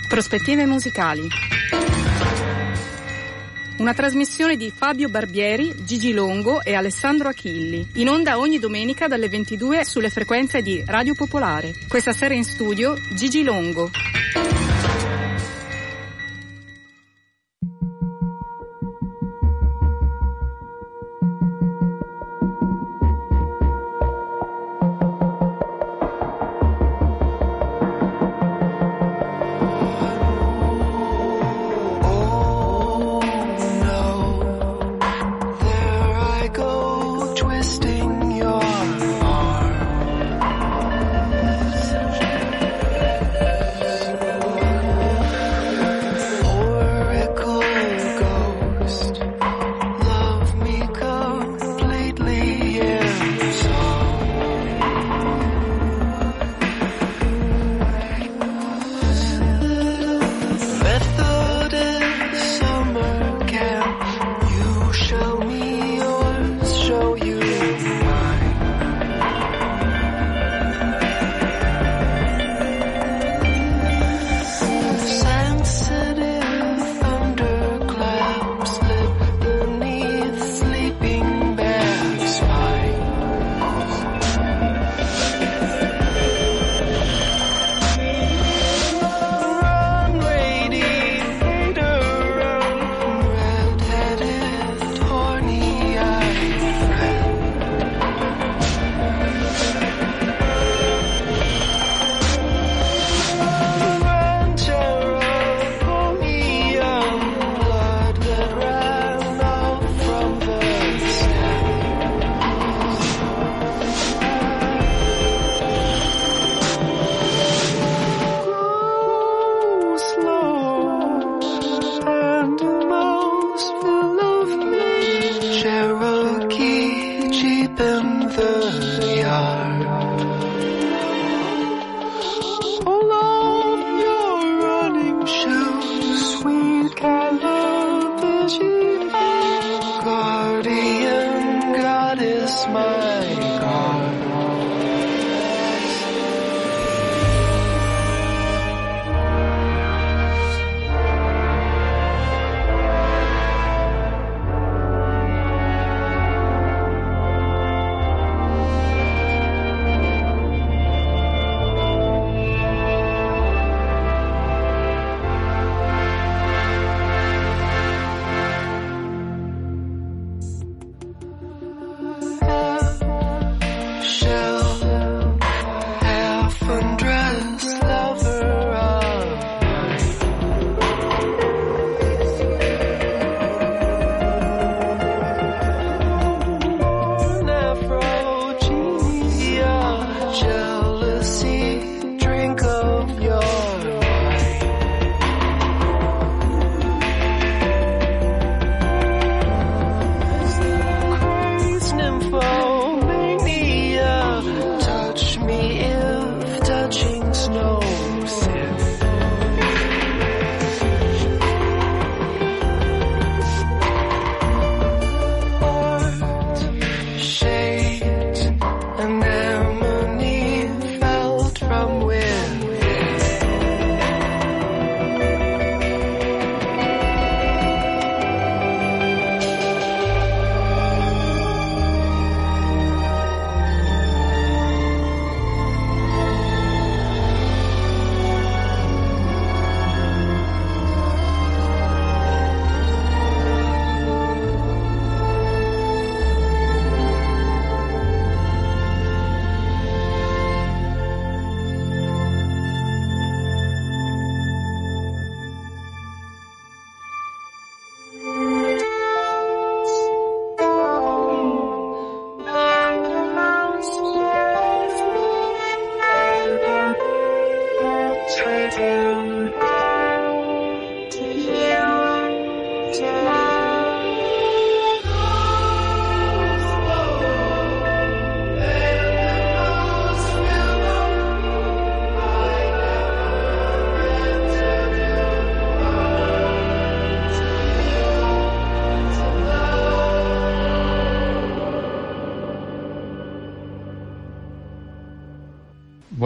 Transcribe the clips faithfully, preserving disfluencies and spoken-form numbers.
Prospettive musicali. Una trasmissione di Fabio Barbieri, Gigi Longo e Alessandro Achilli. In onda ogni domenica dalle ventidue sulle frequenze di Radio Popolare. Questa sera in studio Gigi Longo.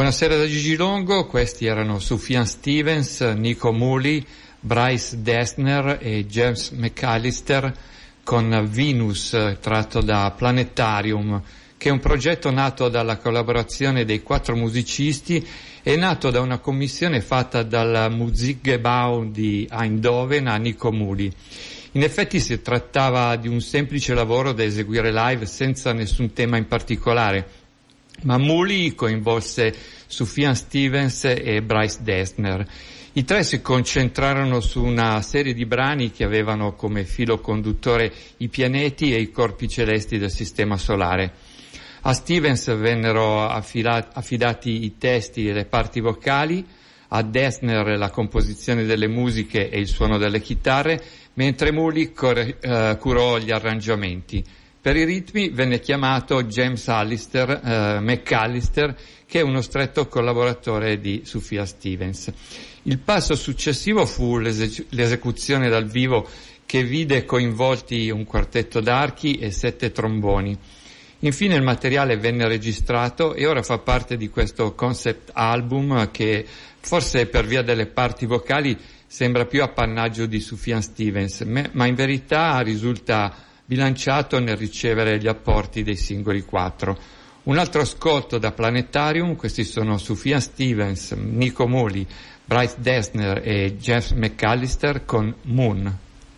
Buonasera da Gigi Longo, questi erano Sufjan Stevens, Nico Muhly, Bryce Dessner e James McAllister con Venus, tratto da Planetarium, che è un progetto nato dalla collaborazione dei quattro musicisti e nato da una commissione fatta dal Musikgebouw di Eindhoven a Nico Muhly. In effetti si trattava di un semplice lavoro da eseguire live senza nessun tema in particolare, ma Muhly coinvolse Sufjan Stevens e Bryce Dessner. I tre si concentrarono su una serie di brani che avevano come filo conduttore i pianeti e i corpi celesti del Sistema Solare. A Stevens vennero affila- affidati i testi e le parti vocali, a Dessner la composizione delle musiche e il suono delle chitarre, mentre Muhly cor- eh, curò gli arrangiamenti. Per i ritmi venne chiamato James Allister, eh, McAllister, che è uno stretto collaboratore di Sufjan Stevens. Il passo successivo fu l'ese- l'esecuzione dal vivo, che vide coinvolti un quartetto d'archi e sette tromboni. Infine il materiale venne registrato e ora fa parte di questo concept album che, forse per via delle parti vocali, sembra più appannaggio di Sufjan Stevens, ma in verità risulta bilanciato nel ricevere gli apporti dei singoli quattro. Un altro ascolto da Planetarium, questi sono Sufjan Stevens, Nico Muhly, Bryce Dessner e James McAllister con Moon.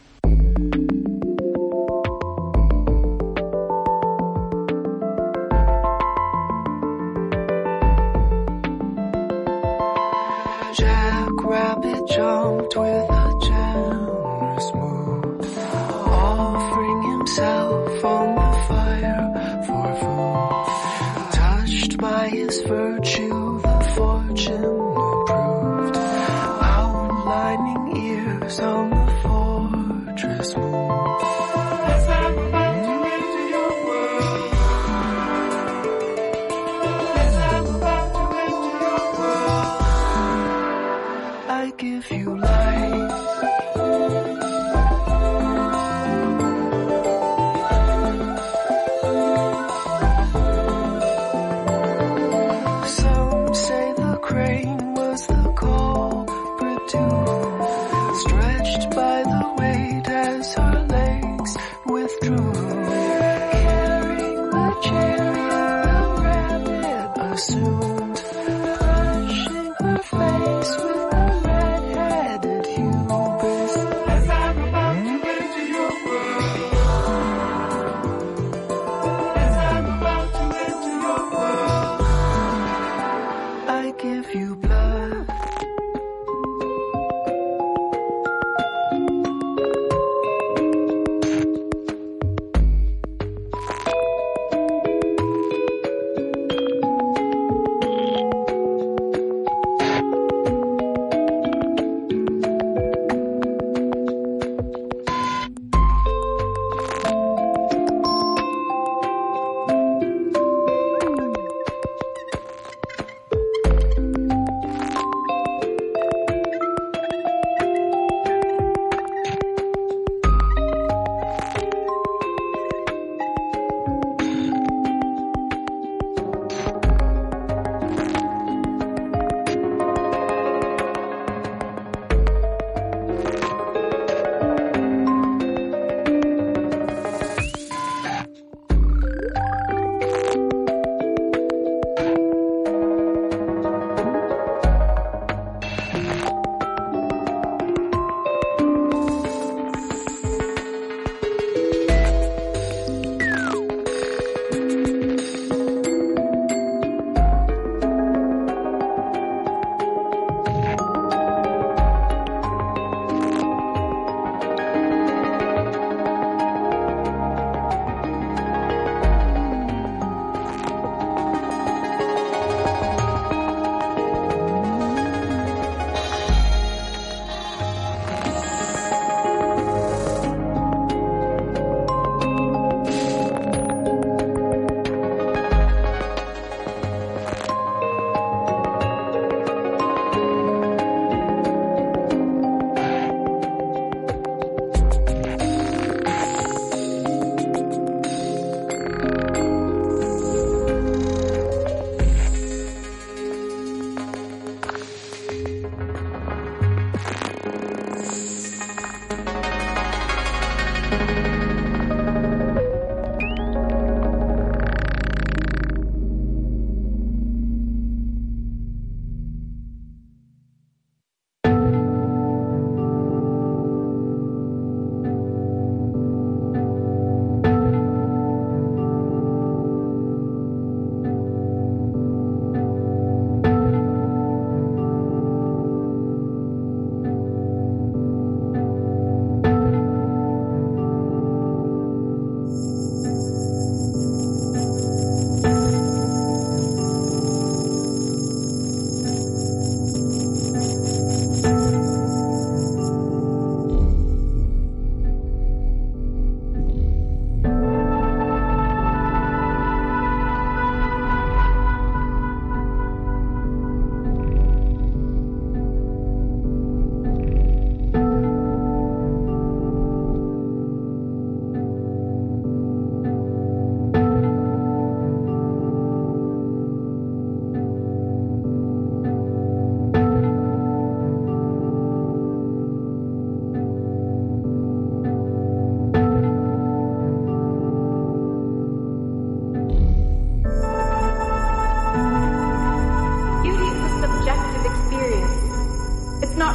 Jackrabbit jumped with a generous move, offering himself on the fire for food. Touched by his virtue, the fortune approved, outlining ears on the fortress moon. As I'm about to enter your world, as I'm about to enter your world, I give you life. Some say the crane was the culprit too, stretched by the weight as her legs withdrew, carrying the chariot the rabbit assumed, brushing her face with the red-headed hubris. As I'm about to enter your world, as I'm about to enter your world, I give you blood.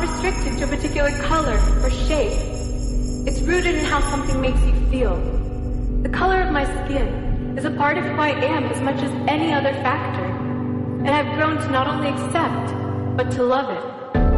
restricted to a particular color or shape. It's rooted in how something makes you feel. The color of my skin is a part of who I am as much as any other factor, and I've grown to not only accept, but to love it.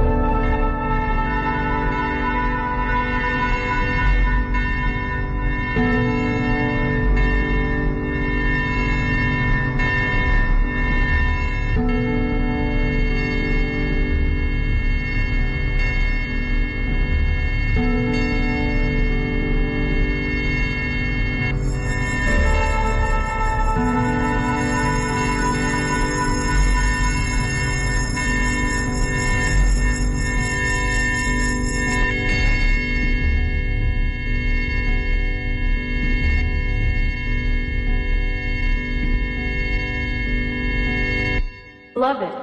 Love it.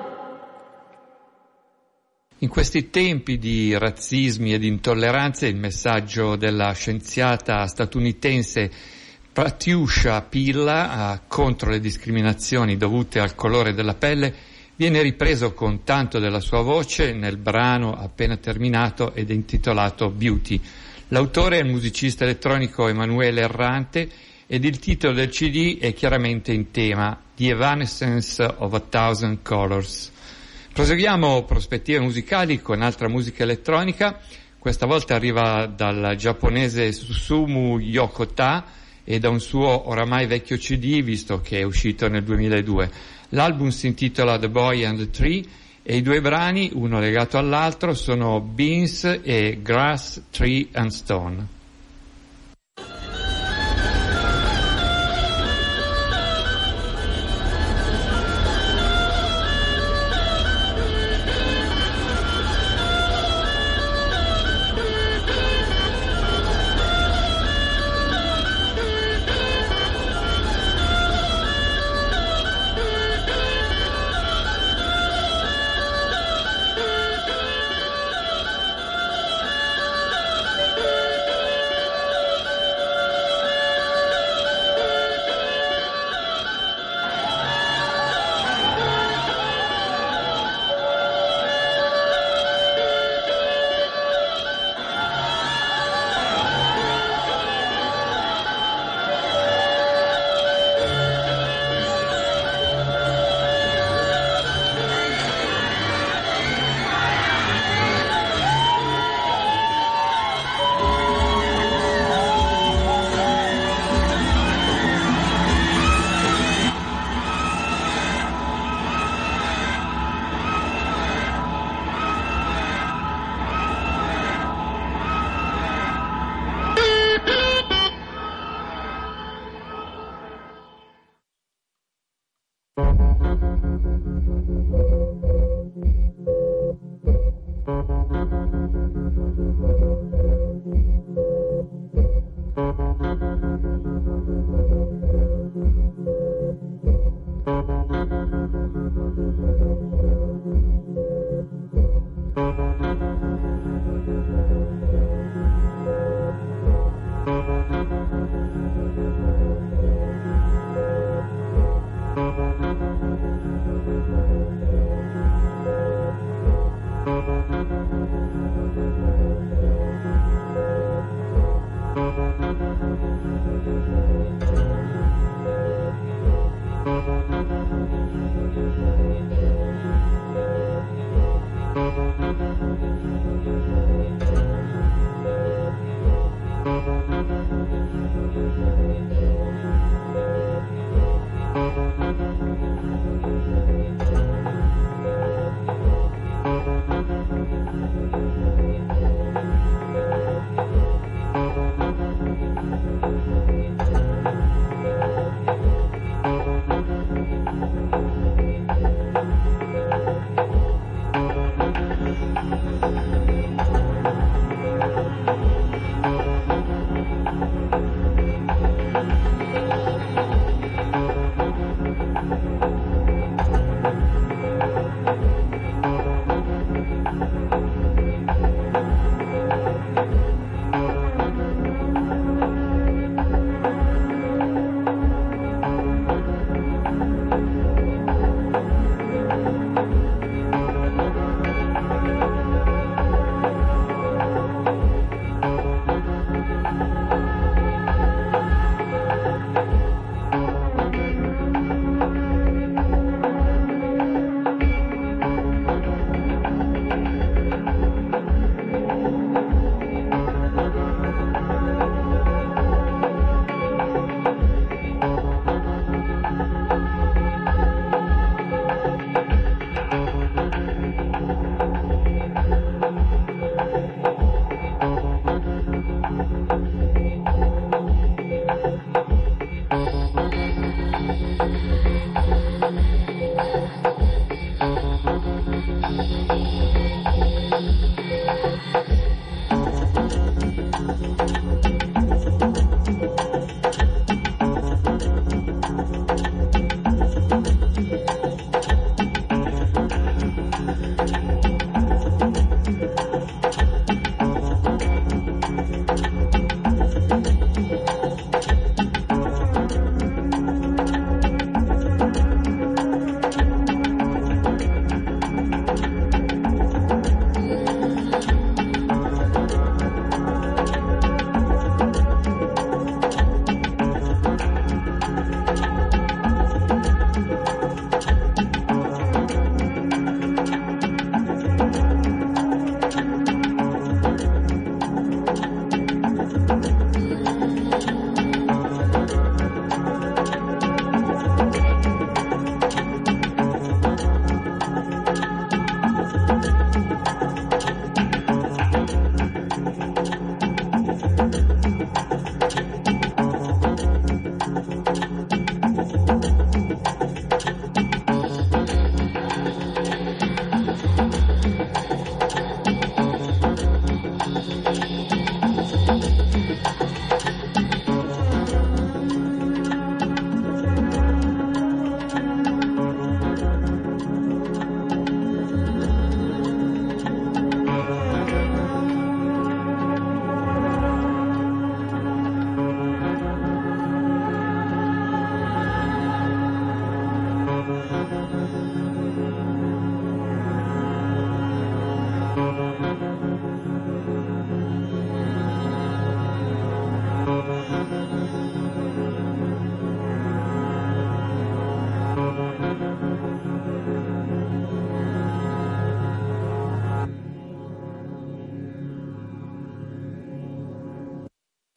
In questi tempi di razzismi e di intolleranze, il messaggio della scienziata statunitense Pratyusha Pilla eh, contro le discriminazioni dovute al colore della pelle viene ripreso con tanto della sua voce nel brano appena terminato ed intitolato Beauty. L'autore è il musicista elettronico Emanuele Errante ed il titolo del C D è chiaramente in tema, The Evanescence of a Thousand Colors. Proseguiamo prospettive musicali con altra musica elettronica, questa volta arriva dal giapponese Susumu Yokota e da un suo oramai vecchio C D, visto che è uscito nel duemiladue. L'album si intitola The Boy and the Tree e i due brani, uno legato all'altro, sono Beans e Grass, Tree and Stone. Thank you.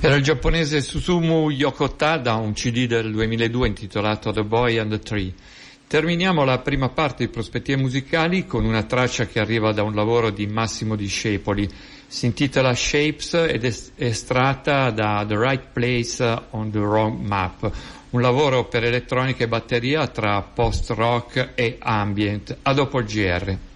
Era il giapponese Susumu Yokota da un C D del duemiladue intitolato The Boy and the Tree. Terminiamo la prima parte di prospettive musicali con una traccia che arriva da un lavoro di Massimo Discepoli. Si intitola Shapes ed è estratta da The Right Place on the Wrong Map, un lavoro per elettronica e batteria tra post-rock e ambient. A dopo il G R.